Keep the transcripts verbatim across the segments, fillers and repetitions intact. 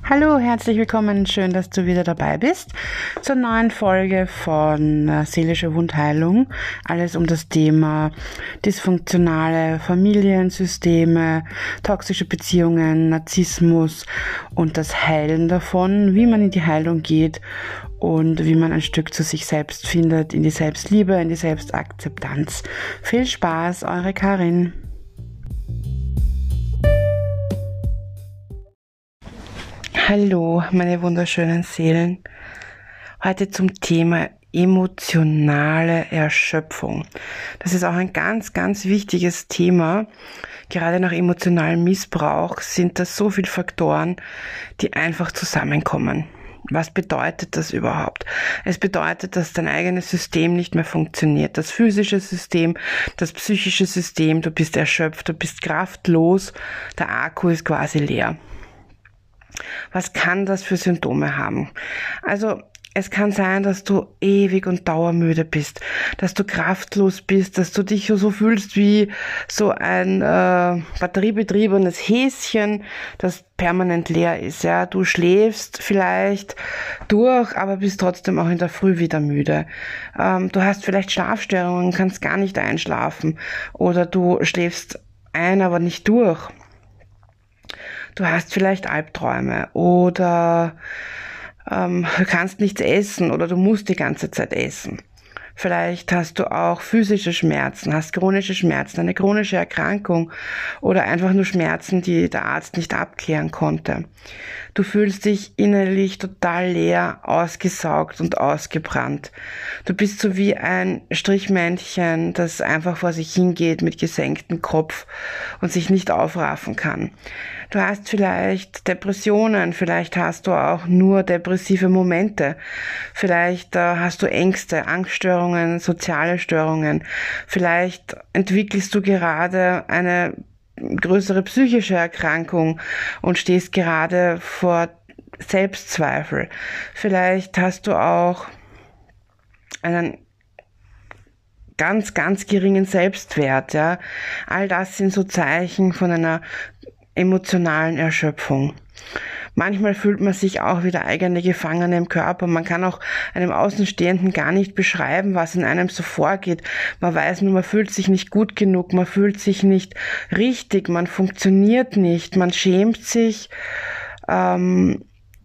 Hallo, herzlich willkommen. Schön, dass du wieder dabei bist zur neuen Folge von äh, Seelische Wundheilung. Alles um das Thema dysfunktionale Familiensysteme, toxische Beziehungen, Narzissmus und das Heilen davon, wie man in die Heilung geht und wie man ein Stück zu sich selbst findet, in die Selbstliebe, in die Selbstakzeptanz. Viel Spaß, eure Karin. Hallo, meine wunderschönen Seelen. Heute zum Thema emotionale Erschöpfung. Das ist auch ein ganz, ganz wichtiges Thema. Gerade nach emotionalem Missbrauch sind das so viele Faktoren, die einfach zusammenkommen. Was bedeutet das überhaupt? Es bedeutet, dass dein eigenes System nicht mehr funktioniert. Das physische System, das psychische System, du bist erschöpft, du bist kraftlos, der Akku ist quasi leer. Was kann das für Symptome haben? Also es kann sein, dass du ewig und dauermüde bist, dass du kraftlos bist, dass du dich so fühlst wie so ein äh, batteriebetriebenes Häschen, das permanent leer ist. Ja, du schläfst vielleicht durch, aber bist trotzdem auch in der Früh wieder müde. Ähm, du hast vielleicht Schlafstörungen, kannst gar nicht einschlafen oder du schläfst ein, aber nicht durch. Du hast vielleicht Albträume oder ähm, du kannst nichts essen oder du musst die ganze Zeit essen. Vielleicht hast du auch physische Schmerzen, hast chronische Schmerzen, eine chronische Erkrankung oder einfach nur Schmerzen, die der Arzt nicht abklären konnte. Du fühlst dich innerlich total leer, ausgesaugt und ausgebrannt. Du bist so wie ein Strichmännchen, das einfach vor sich hingeht mit gesenktem Kopf und sich nicht aufraffen kann. Du hast vielleicht Depressionen, vielleicht hast du auch nur depressive Momente, vielleicht äh, hast du Ängste, Angststörungen, soziale Störungen, vielleicht entwickelst du gerade eine größere psychische Erkrankung und stehst gerade vor Selbstzweifel. Vielleicht hast du auch einen ganz, ganz geringen Selbstwert, ja. All das sind so Zeichen von einer emotionalen Erschöpfung. Manchmal fühlt man sich auch wie der eigene Gefangene im Körper. Man kann auch einem Außenstehenden gar nicht beschreiben, was in einem so vorgeht. Man weiß nur, man fühlt sich nicht gut genug, man fühlt sich nicht richtig, man funktioniert nicht, man schämt sich ähm,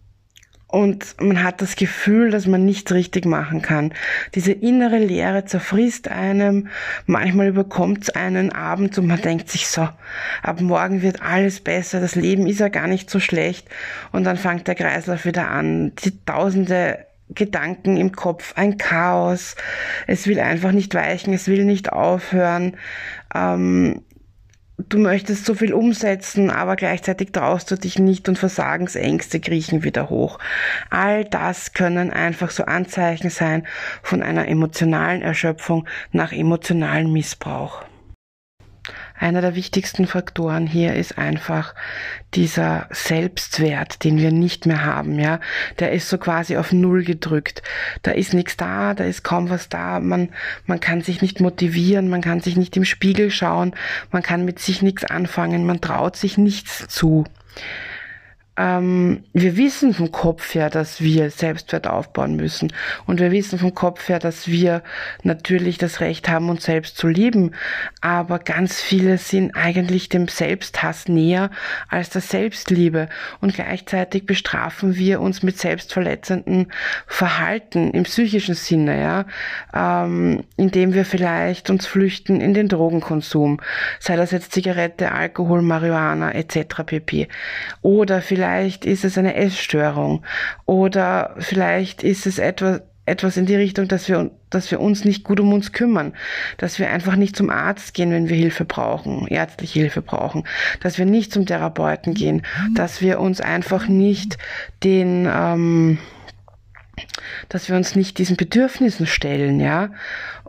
und man hat das Gefühl, dass man nichts richtig machen kann. Diese innere Leere zerfrisst einem, manchmal überkommt es einen abends und man denkt sich so, ab morgen wird alles besser, das Leben ist ja gar nicht so schlecht und dann fängt der Kreislauf wieder an, die tausende Gedanken im Kopf, ein Chaos, es will einfach nicht weichen, es will nicht aufhören, ähm, du möchtest so viel umsetzen, aber gleichzeitig traust du dich nicht und Versagensängste kriechen wieder hoch. All das können einfach so Anzeichen sein von einer emotionalen Erschöpfung nach emotionalem Missbrauch. Einer der wichtigsten Faktoren hier ist einfach dieser Selbstwert, den wir nicht mehr haben, ja. Der ist so quasi auf Null gedrückt. Da ist nichts da, da ist kaum was da. Man, man kann sich nicht motivieren, man kann sich nicht im Spiegel schauen, man kann mit sich nichts anfangen, man traut sich nichts zu. Ähm, wir wissen vom Kopf her, dass wir Selbstwert aufbauen müssen und wir wissen vom Kopf her, dass wir natürlich das Recht haben, uns selbst zu lieben, aber ganz viele sind eigentlich dem Selbsthass näher als der Selbstliebe und gleichzeitig bestrafen wir uns mit selbstverletzendem Verhalten im psychischen Sinne, ja, ähm, indem wir vielleicht uns flüchten in den Drogenkonsum, sei das jetzt Zigarette, Alkohol, Marihuana et cetera pp. Oder vielleicht Vielleicht ist es eine Essstörung oder vielleicht ist es etwas, etwas in die Richtung, dass wir, dass wir uns nicht gut um uns kümmern, dass wir einfach nicht zum Arzt gehen, wenn wir Hilfe brauchen, ärztliche Hilfe brauchen, dass wir nicht zum Therapeuten gehen, dass wir uns einfach nicht den, ähm, dass wir uns nicht diesen Bedürfnissen stellen, ja.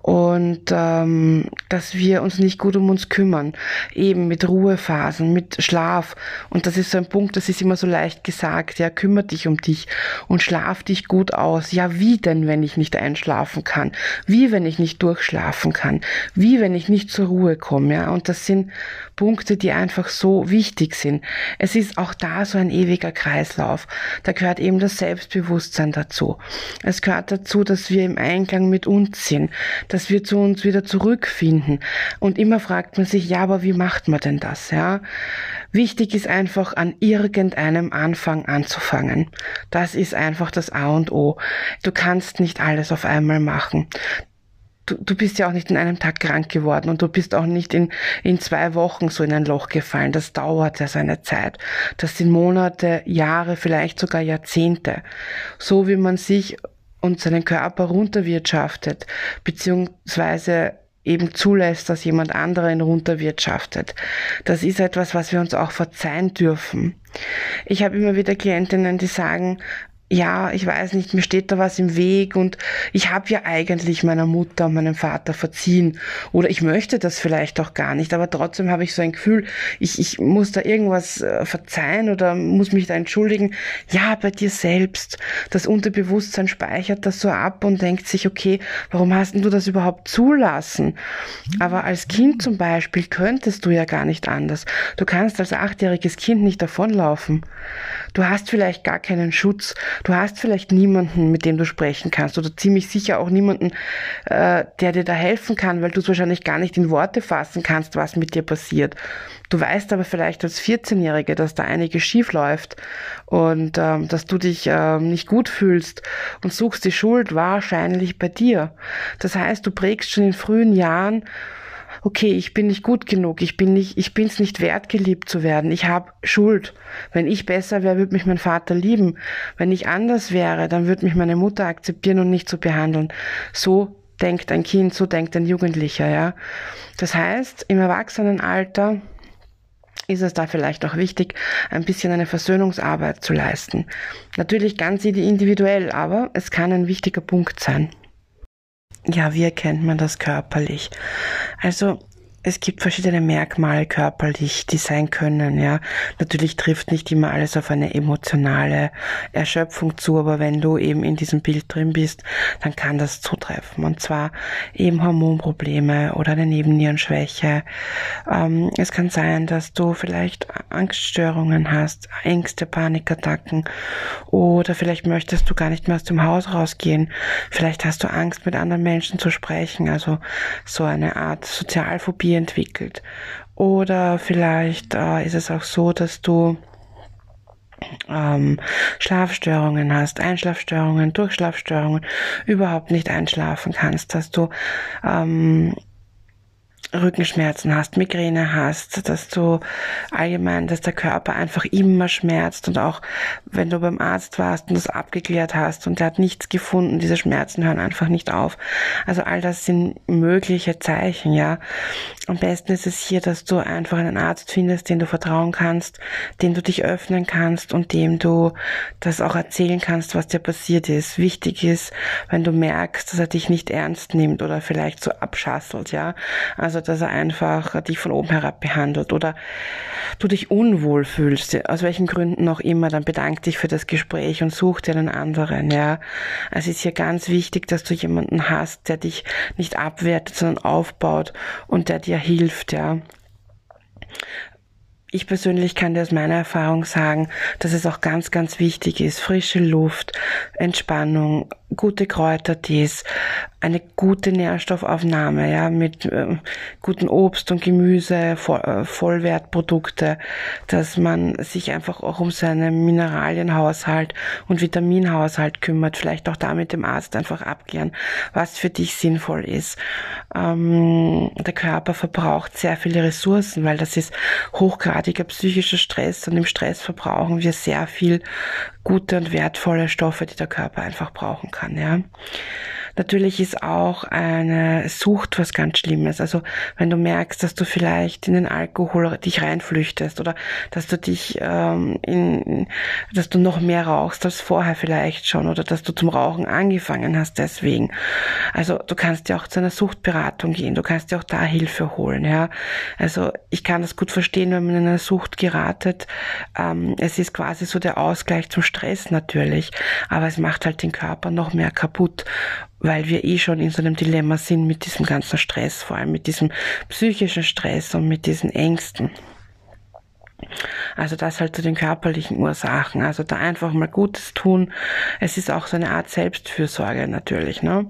und ähm, dass wir uns nicht gut um uns kümmern, eben mit Ruhephasen, mit Schlaf. Und das ist so ein Punkt, das ist immer so leicht gesagt, ja, kümmere dich um dich und schlaf dich gut aus. Ja, wie denn, wenn ich nicht einschlafen kann? Wie, wenn ich nicht durchschlafen kann? Wie, wenn ich nicht zur Ruhe komme? Ja, und das sind Punkte, die einfach so wichtig sind. Es ist auch da so ein ewiger Kreislauf. Da gehört eben das Selbstbewusstsein dazu. Es gehört dazu, dass wir im Einklang mit uns sind, dass wir zu uns wieder zurückfinden. Und immer fragt man sich, ja, aber wie macht man denn das? Ja? Wichtig ist einfach, an irgendeinem Anfang anzufangen. Das ist einfach das A und O. Du kannst nicht alles auf einmal machen. Du, du bist ja auch nicht in einem Tag krank geworden und du bist auch nicht in, in zwei Wochen so in ein Loch gefallen. Das dauert ja seine Zeit. Das sind Monate, Jahre, vielleicht sogar Jahrzehnte. So wie man sich und seinen Körper runterwirtschaftet, beziehungsweise eben zulässt, dass jemand anderen runterwirtschaftet. Das ist etwas, was wir uns auch verzeihen dürfen. Ich habe immer wieder Klientinnen, die sagen, ja, ich weiß nicht, mir steht da was im Weg und ich habe ja eigentlich meiner Mutter und meinem Vater verziehen oder ich möchte das vielleicht auch gar nicht, aber trotzdem habe ich so ein Gefühl, ich, ich muss da irgendwas äh, verzeihen oder muss mich da entschuldigen. Ja, bei dir selbst. Das Unterbewusstsein speichert das so ab und denkt sich, okay, warum hast denn du das überhaupt zulassen? Aber als Kind zum Beispiel könntest du ja gar nicht anders. Du kannst als achtjähriges Kind nicht davonlaufen. Du hast vielleicht gar keinen Schutz. Du hast vielleicht niemanden, mit dem du sprechen kannst oder ziemlich sicher auch niemanden, äh, der dir da helfen kann, weil du es wahrscheinlich gar nicht in Worte fassen kannst, was mit dir passiert. Du weißt aber vielleicht als vierzehnjährige, dass da einiges schief läuft und ähm, dass du dich ähm, nicht gut fühlst und suchst die Schuld wahrscheinlich bei dir. Das heißt, du prägst schon in frühen Jahren, okay, ich bin nicht gut genug, ich bin nicht, ich bin's nicht wert, geliebt zu werden, ich habe Schuld. Wenn ich besser wäre, würde mich mein Vater lieben. Wenn ich anders wäre, dann würde mich meine Mutter akzeptieren und nicht so behandeln. So denkt ein Kind, so denkt ein Jugendlicher, ja. Das heißt, im Erwachsenenalter ist es da vielleicht auch wichtig, ein bisschen eine Versöhnungsarbeit zu leisten. Natürlich ganz individuell, aber es kann ein wichtiger Punkt sein. Ja, wie erkennt man das körperlich? Also es gibt verschiedene Merkmale körperlich, die sein können, ja. Natürlich trifft nicht immer alles auf eine emotionale Erschöpfung zu, aber wenn du eben in diesem Bild drin bist, dann kann das zutreffen. Und zwar eben Hormonprobleme oder eine Nebennierenschwäche. Ähm, es kann sein, dass du vielleicht Angststörungen hast, Ängste, Panikattacken oder vielleicht möchtest du gar nicht mehr aus dem Haus rausgehen. Vielleicht hast du Angst, mit anderen Menschen zu sprechen, also so eine Art Sozialphobie entwickelt. Oder vielleicht äh, ist es auch so, dass du ähm, Schlafstörungen hast, Einschlafstörungen, Durchschlafstörungen, überhaupt nicht einschlafen kannst, dass du ähm, Rückenschmerzen hast, Migräne hast, dass du allgemein, dass der Körper einfach immer schmerzt und auch wenn du beim Arzt warst und das abgeklärt hast und der hat nichts gefunden, diese Schmerzen hören einfach nicht auf. Also all das sind mögliche Zeichen, ja. Am besten ist es hier, dass du einfach einen Arzt findest, den du vertrauen kannst, den du dich öffnen kannst und dem du das auch erzählen kannst, was dir passiert ist. Wichtig ist, wenn du merkst, dass er dich nicht ernst nimmt oder vielleicht so abschasselt, ja. Also dass er einfach dich von oben herab behandelt oder du dich unwohl fühlst, aus welchen Gründen auch immer, dann bedank dich für das Gespräch und such dir einen anderen, ja. Es ist hier ganz wichtig, dass du jemanden hast, der dich nicht abwertet, sondern aufbaut und der dir hilft, ja. Ich persönlich kann dir aus meiner Erfahrung sagen, dass es auch ganz, ganz wichtig ist, frische Luft, Entspannung, gute Kräutertees, eine gute Nährstoffaufnahme, ja, mit äh, guten Obst und Gemüse, Voll, äh, Vollwertprodukte, dass man sich einfach auch um seinen Mineralienhaushalt und Vitaminhaushalt kümmert, vielleicht auch da mit dem Arzt einfach abklären, was für dich sinnvoll ist. Ähm, der Körper verbraucht sehr viele Ressourcen, weil das ist hochgradiger psychischer Stress und im Stress verbrauchen wir sehr viel gute und wertvolle Stoffe, die der Körper einfach brauchen kann, ja. Natürlich ist auch eine Sucht was ganz Schlimmes. Also wenn du merkst, dass du vielleicht in den Alkohol dich reinflüchtest oder dass du dich ähm, in, dass du noch mehr rauchst als vorher vielleicht schon oder dass du zum Rauchen angefangen hast deswegen. Also du kannst ja auch zu einer Suchtberatung gehen, du kannst dir auch da Hilfe holen. Ja, also ich kann das gut verstehen, wenn man in eine Sucht geratet. Ähm, es ist quasi so der Ausgleich zum Stress natürlich, aber es macht halt den Körper noch mehr kaputt, weil wir eh schon in so einem Dilemma sind mit diesem ganzen Stress, vor allem mit diesem psychischen Stress und mit diesen Ängsten. Also das halt zu den körperlichen Ursachen. Also da einfach mal Gutes tun. Es ist auch so eine Art Selbstfürsorge natürlich, ne?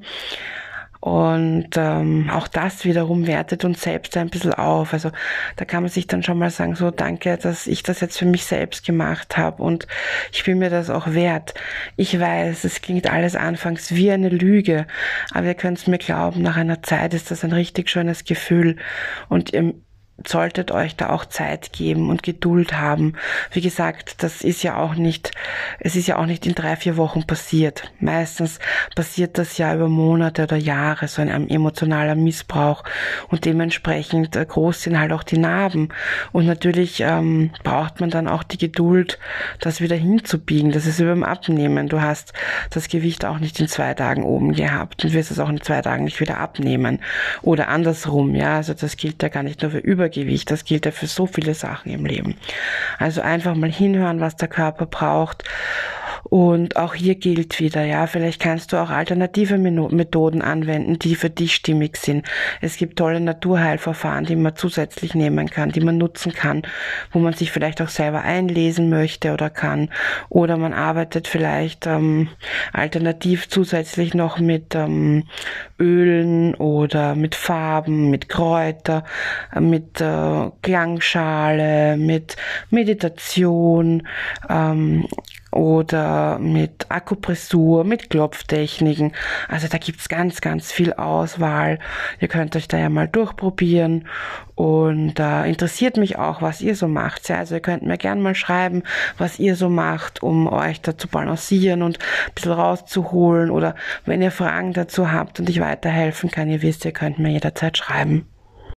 Und ähm, auch das wiederum wertet uns selbst ein bisschen auf. Also da kann man sich dann schon mal sagen, so danke, dass ich das jetzt für mich selbst gemacht habe und ich bin mir das auch wert. Ich weiß, es klingt alles anfangs wie eine Lüge, aber ihr könnt es mir glauben, nach einer Zeit ist das ein richtig schönes Gefühl und ihr solltet euch da auch Zeit geben und Geduld haben. Wie gesagt, das ist ja auch nicht, es ist ja auch nicht in drei, vier Wochen passiert. Meistens passiert das ja über Monate oder Jahre, so ein emotionaler Missbrauch und dementsprechend äh, groß sind halt auch die Narben. Und natürlich ähm, braucht man dann auch die Geduld, das wieder hinzubiegen. Das ist wie beim Abnehmen. Du hast das Gewicht auch nicht in zwei Tagen oben gehabt und wirst es auch in zwei Tagen nicht wieder abnehmen. Oder andersrum, ja. Also das gilt ja gar nicht nur für Über Gewicht, das gilt ja für so viele Sachen im Leben. Also einfach mal hinhören, was der Körper braucht. Und auch hier gilt wieder, ja, vielleicht kannst du auch alternative Methoden anwenden, die für dich stimmig sind. Es gibt tolle Naturheilverfahren, die man zusätzlich nehmen kann, die man nutzen kann, wo man sich vielleicht auch selber einlesen möchte oder kann. Oder man arbeitet vielleicht ähm, alternativ zusätzlich noch mit ähm, Ölen oder mit Farben, mit Kräuter, äh, mit äh, Klangschale, mit Meditation, ähm, oder mit Akupressur, mit Klopftechniken. Also da gibt's ganz, ganz viel Auswahl. Ihr könnt euch da ja mal durchprobieren und äh, interessiert mich auch, was ihr so macht. Ja, also ihr könnt mir gerne mal schreiben, was ihr so macht, um euch da zu balancieren und ein bisschen rauszuholen oder wenn ihr Fragen dazu habt und ich weiterhelfen kann, ihr wisst, ihr könnt mir jederzeit schreiben.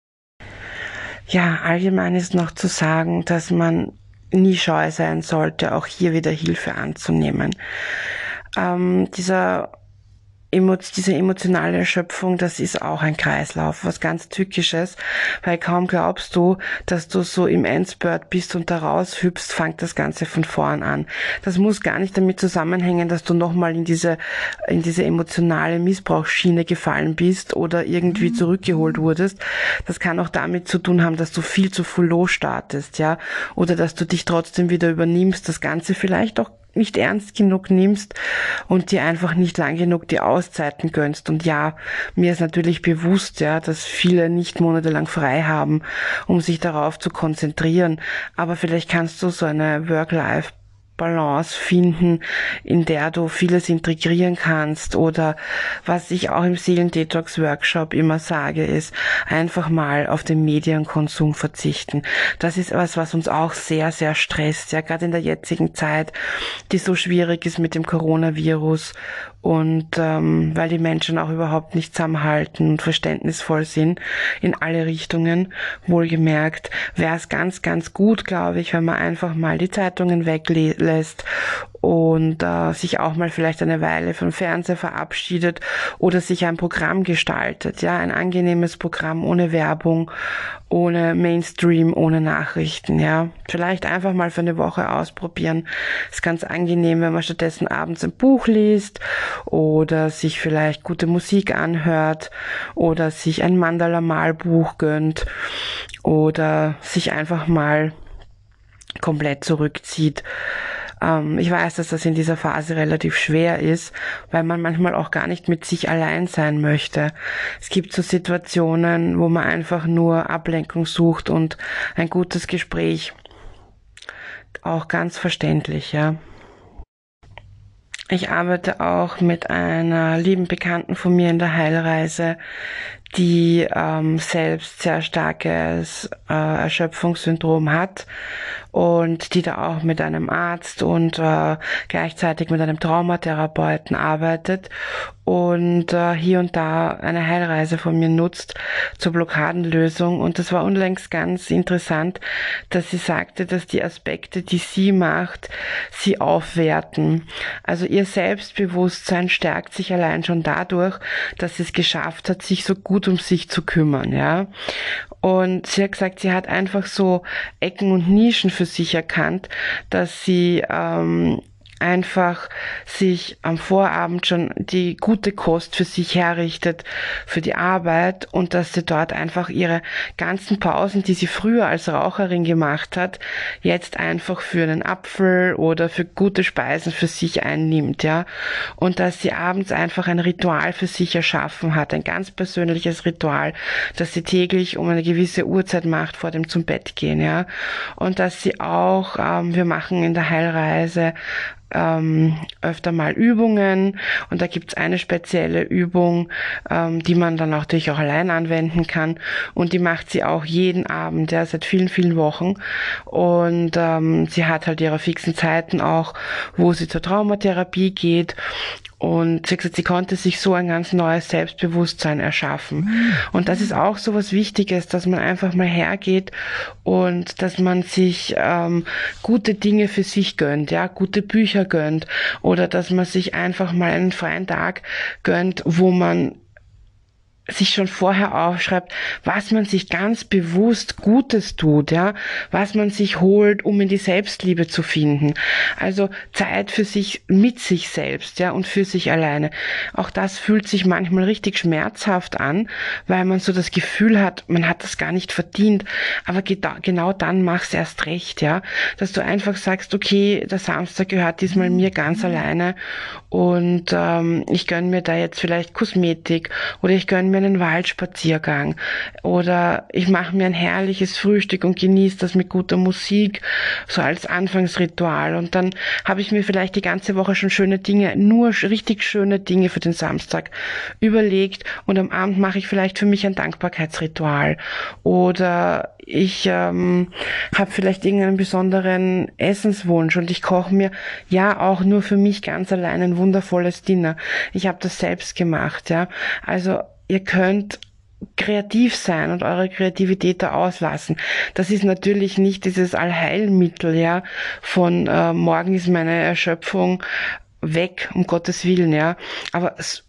Ja, allgemein ist noch zu sagen, dass man nie scheu sein sollte, auch hier wieder Hilfe anzunehmen. Ähm, dieser Emo- diese emotionale Erschöpfung, das ist auch ein Kreislauf, was ganz Tückisches, weil kaum glaubst du, dass du so im Endspurt bist und da raushüpfst, fängt das Ganze von vorn an. Das muss gar nicht damit zusammenhängen, dass du nochmal in diese, in diese emotionale Missbrauchsschiene gefallen bist oder irgendwie zurückgeholt wurdest. Das kann auch damit zu tun haben, dass du viel zu früh losstartest, ja, oder dass du dich trotzdem wieder übernimmst, das Ganze vielleicht auch nicht ernst genug nimmst und dir einfach nicht lang genug die Auszeiten gönnst. Und ja, mir ist natürlich bewusst, ja, dass viele nicht monatelang frei haben, um sich darauf zu konzentrieren. Aber vielleicht kannst du so eine Work-Life Balance finden, in der du vieles integrieren kannst oder was ich auch im Seelendetox-Workshop immer sage, ist einfach mal auf den Medienkonsum verzichten. Das ist was, was uns auch sehr, sehr stresst, ja, gerade in der jetzigen Zeit, die so schwierig ist mit dem Coronavirus und ähm, weil die Menschen auch überhaupt nicht zusammenhalten und verständnisvoll sind in alle Richtungen, wohlgemerkt, wäre es ganz, ganz gut, glaube ich, wenn man einfach mal die Zeitungen weglässt und äh, sich auch mal vielleicht eine Weile vom Fernseher verabschiedet oder sich ein Programm gestaltet, ja, ein angenehmes Programm ohne Werbung, ohne Mainstream, ohne Nachrichten, ja. Vielleicht einfach mal für eine Woche ausprobieren. Ist ganz angenehm, wenn man stattdessen abends ein Buch liest oder sich vielleicht gute Musik anhört oder sich ein Mandala-Malbuch gönnt oder sich einfach mal komplett zurückzieht. Ähm, ich weiß, dass das in dieser Phase relativ schwer ist, weil man manchmal auch gar nicht mit sich allein sein möchte. Es gibt so Situationen, wo man einfach nur Ablenkung sucht und ein gutes Gespräch. Auch ganz verständlich, ja. Ich arbeite auch mit einer lieben Bekannten von mir in der Heilreise, die ähm, selbst sehr starkes äh, Erschöpfungssyndrom hat und die da auch mit einem Arzt und äh, gleichzeitig mit einem Traumatherapeuten arbeitet und äh, hier und da eine Heilreise von mir nutzt zur Blockadenlösung. Und das war unlängst ganz interessant, dass sie sagte, dass die Aspekte, die sie macht, sie aufwerten. Also ihr Selbstbewusstsein stärkt sich allein schon dadurch, dass sie es geschafft hat, sich so gut um sich zu kümmern, ja. Und sie hat gesagt, sie hat einfach so Ecken und Nischen für sich erkannt, dass sie ähm, einfach sich am Vorabend schon die gute Kost für sich herrichtet, für die Arbeit, und dass sie dort einfach ihre ganzen Pausen, die sie früher als Raucherin gemacht hat, jetzt einfach für einen Apfel oder für gute Speisen für sich einnimmt, ja. Und dass sie abends einfach ein Ritual für sich erschaffen hat, ein ganz persönliches Ritual, das sie täglich um eine gewisse Uhrzeit macht vor dem zum Bett gehen, ja. Und dass sie auch, ähm, wir machen in der Heilreise ähm, öfter mal Übungen, und da gibt's eine spezielle Übung, ähm, die man dann auch natürlich auch allein anwenden kann, und die macht sie auch jeden Abend, ja, seit vielen, vielen Wochen, und ähm, sie hat halt ihre fixen Zeiten auch, wo sie zur Traumatherapie geht. Und sie hat gesagt, sie konnte sich so ein ganz neues Selbstbewusstsein erschaffen. Und das ist auch so was Wichtiges, dass man einfach mal hergeht und dass man sich ähm, gute Dinge für sich gönnt, ja, gute Bücher gönnt, oder dass man sich einfach mal einen freien Tag gönnt, wo man sich schon vorher aufschreibt, was man sich ganz bewusst Gutes tut, ja, was man sich holt, um in die Selbstliebe zu finden. Also Zeit für sich, mit sich selbst, ja, und für sich alleine. Auch das fühlt sich manchmal richtig schmerzhaft an, weil man so das Gefühl hat, man hat das gar nicht verdient. Aber genau dann mach's erst recht, ja, dass du einfach sagst, okay, der Samstag gehört diesmal mir ganz alleine, und ähm, ich gönn mir da jetzt vielleicht Kosmetik, oder ich gönn mir einen Waldspaziergang, oder ich mache mir ein herrliches Frühstück und genieße das mit guter Musik, so als Anfangsritual. Und dann habe ich mir vielleicht die ganze Woche schon schöne Dinge, nur richtig schöne Dinge für den Samstag überlegt, und am Abend mache ich vielleicht für mich ein Dankbarkeitsritual, oder ich ähm, habe vielleicht irgendeinen besonderen Essenswunsch und ich koche mir ja auch nur für mich ganz allein ein wundervolles Dinner. Ich habe das selbst gemacht, ja. Also ihr könnt kreativ sein und eure Kreativität da auslassen. Das ist natürlich nicht dieses Allheilmittel, ja, von äh, morgen ist meine Erschöpfung weg, um Gottes Willen, ja. Aber es,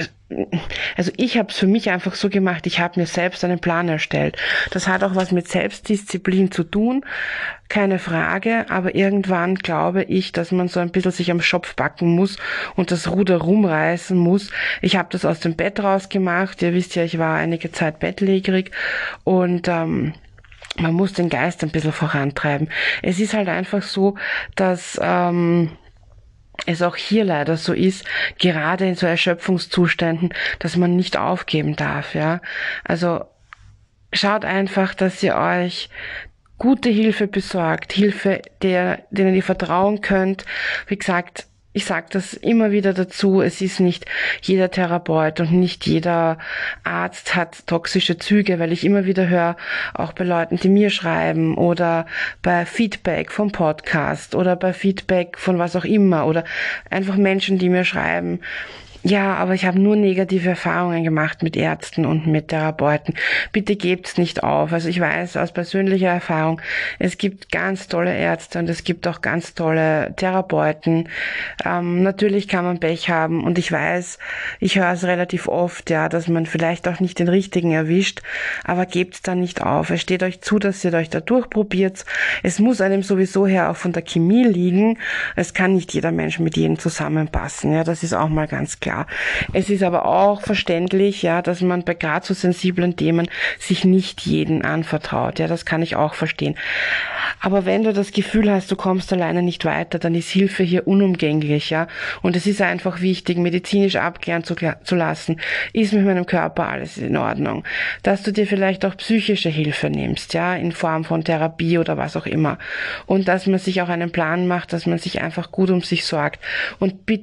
also ich habe es für mich einfach so gemacht, ich habe mir selbst einen Plan erstellt. Das hat auch was mit Selbstdisziplin zu tun, keine Frage, aber irgendwann glaube ich, dass man so ein bisschen sich am Schopf backen muss und das Ruder rumreißen muss. Ich habe das aus dem Bett rausgemacht, ihr wisst ja, ich war einige Zeit bettlägerig, und ähm, man muss den Geist ein bisschen vorantreiben. Es ist halt einfach so, dass ähm, es auch hier leider so ist, gerade in so Erschöpfungszuständen, dass man nicht aufgeben darf, ja. Also schaut einfach, dass ihr euch gute Hilfe besorgt, Hilfe, der, denen ihr vertrauen könnt. Wie gesagt, ich sage das immer wieder dazu, es ist nicht jeder Therapeut und nicht jeder Arzt hat toxische Züge, weil ich immer wieder höre, auch bei Leuten, die mir schreiben, oder bei Feedback vom Podcast oder bei Feedback von was auch immer, oder einfach Menschen, die mir schreiben, ja, aber ich habe nur negative Erfahrungen gemacht mit Ärzten und mit Therapeuten. Bitte gebt's nicht auf. Also ich weiß aus persönlicher Erfahrung, es gibt ganz tolle Ärzte und es gibt auch ganz tolle Therapeuten. Ähm, natürlich kann man Pech haben, und ich weiß, ich höre es relativ oft, ja, dass man vielleicht auch nicht den richtigen erwischt, aber gebt's da nicht auf. Es steht euch zu, dass ihr euch da durchprobiert. Es muss einem sowieso her auch von der Chemie liegen. Es kann nicht jeder Mensch mit jedem zusammenpassen. Ja, das ist auch mal ganz klar. Es ist aber auch verständlich, ja, dass man bei gerade so sensiblen Themen sich nicht jeden anvertraut. Ja, das kann ich auch verstehen. Aber wenn du das Gefühl hast, du kommst alleine nicht weiter, dann ist Hilfe hier unumgänglich, ja. Und es ist einfach wichtig, medizinisch abklären zu, zu lassen, ist mit meinem Körper alles in Ordnung. Dass du dir vielleicht auch psychische Hilfe nimmst, ja, in Form von Therapie oder was auch immer. Und dass man sich auch einen Plan macht, dass man sich einfach gut um sich sorgt. Und bitte,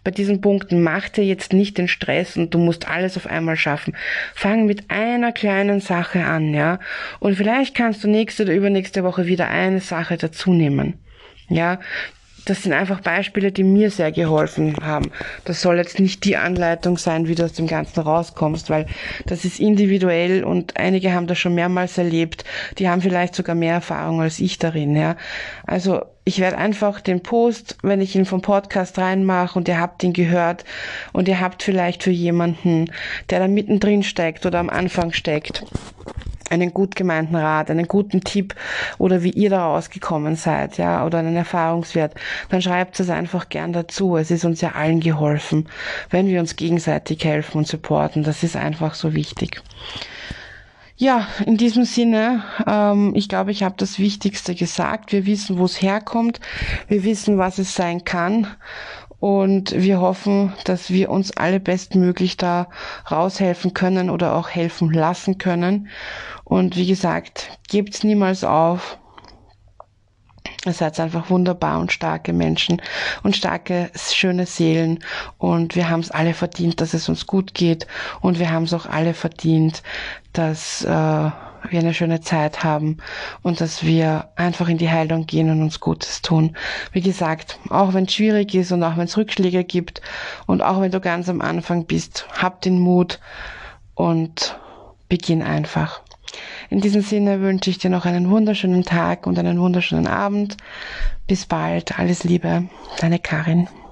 bei diesen Punkten mach dir jetzt nicht den Stress und du musst alles auf einmal schaffen. Fang mit einer kleinen Sache an, ja. Und vielleicht kannst du nächste oder übernächste Woche wieder eine Sache dazu nehmen. Ja, das sind einfach Beispiele, die mir sehr geholfen haben. Das soll jetzt nicht die Anleitung sein, wie du aus dem Ganzen rauskommst, weil das ist individuell und einige haben das schon mehrmals erlebt. Die haben vielleicht sogar mehr Erfahrung als ich darin, ja. Also ich werde einfach den Post, wenn ich ihn vom Podcast reinmache und ihr habt ihn gehört und ihr habt vielleicht für jemanden, der da mittendrin steckt oder am Anfang steckt, einen gut gemeinten Rat, einen guten Tipp oder wie ihr da rausgekommen seid, ja, oder einen Erfahrungswert, dann schreibt es einfach gern dazu. Es ist uns ja allen geholfen, wenn wir uns gegenseitig helfen und supporten. Das ist einfach so wichtig. Ja, in diesem Sinne, ähm, ich glaube, ich habe das Wichtigste gesagt. Wir wissen, wo es herkommt. Wir wissen, was es sein kann. Und wir hoffen, dass wir uns alle bestmöglich da raushelfen können oder auch helfen lassen können. Und wie gesagt, gebt's niemals auf. Ihr seid einfach wunderbar und starke Menschen und starke, schöne Seelen. Und wir haben es alle verdient, dass es uns gut geht. Und wir haben es auch alle verdient, dass äh, wir eine schöne Zeit haben und dass wir einfach in die Heilung gehen und uns Gutes tun. Wie gesagt, auch wenn es schwierig ist und auch wenn es Rückschläge gibt und auch wenn du ganz am Anfang bist, hab den Mut und beginn einfach. In diesem Sinne wünsche ich dir noch einen wunderschönen Tag und einen wunderschönen Abend. Bis bald. Alles Liebe. Deine Karin.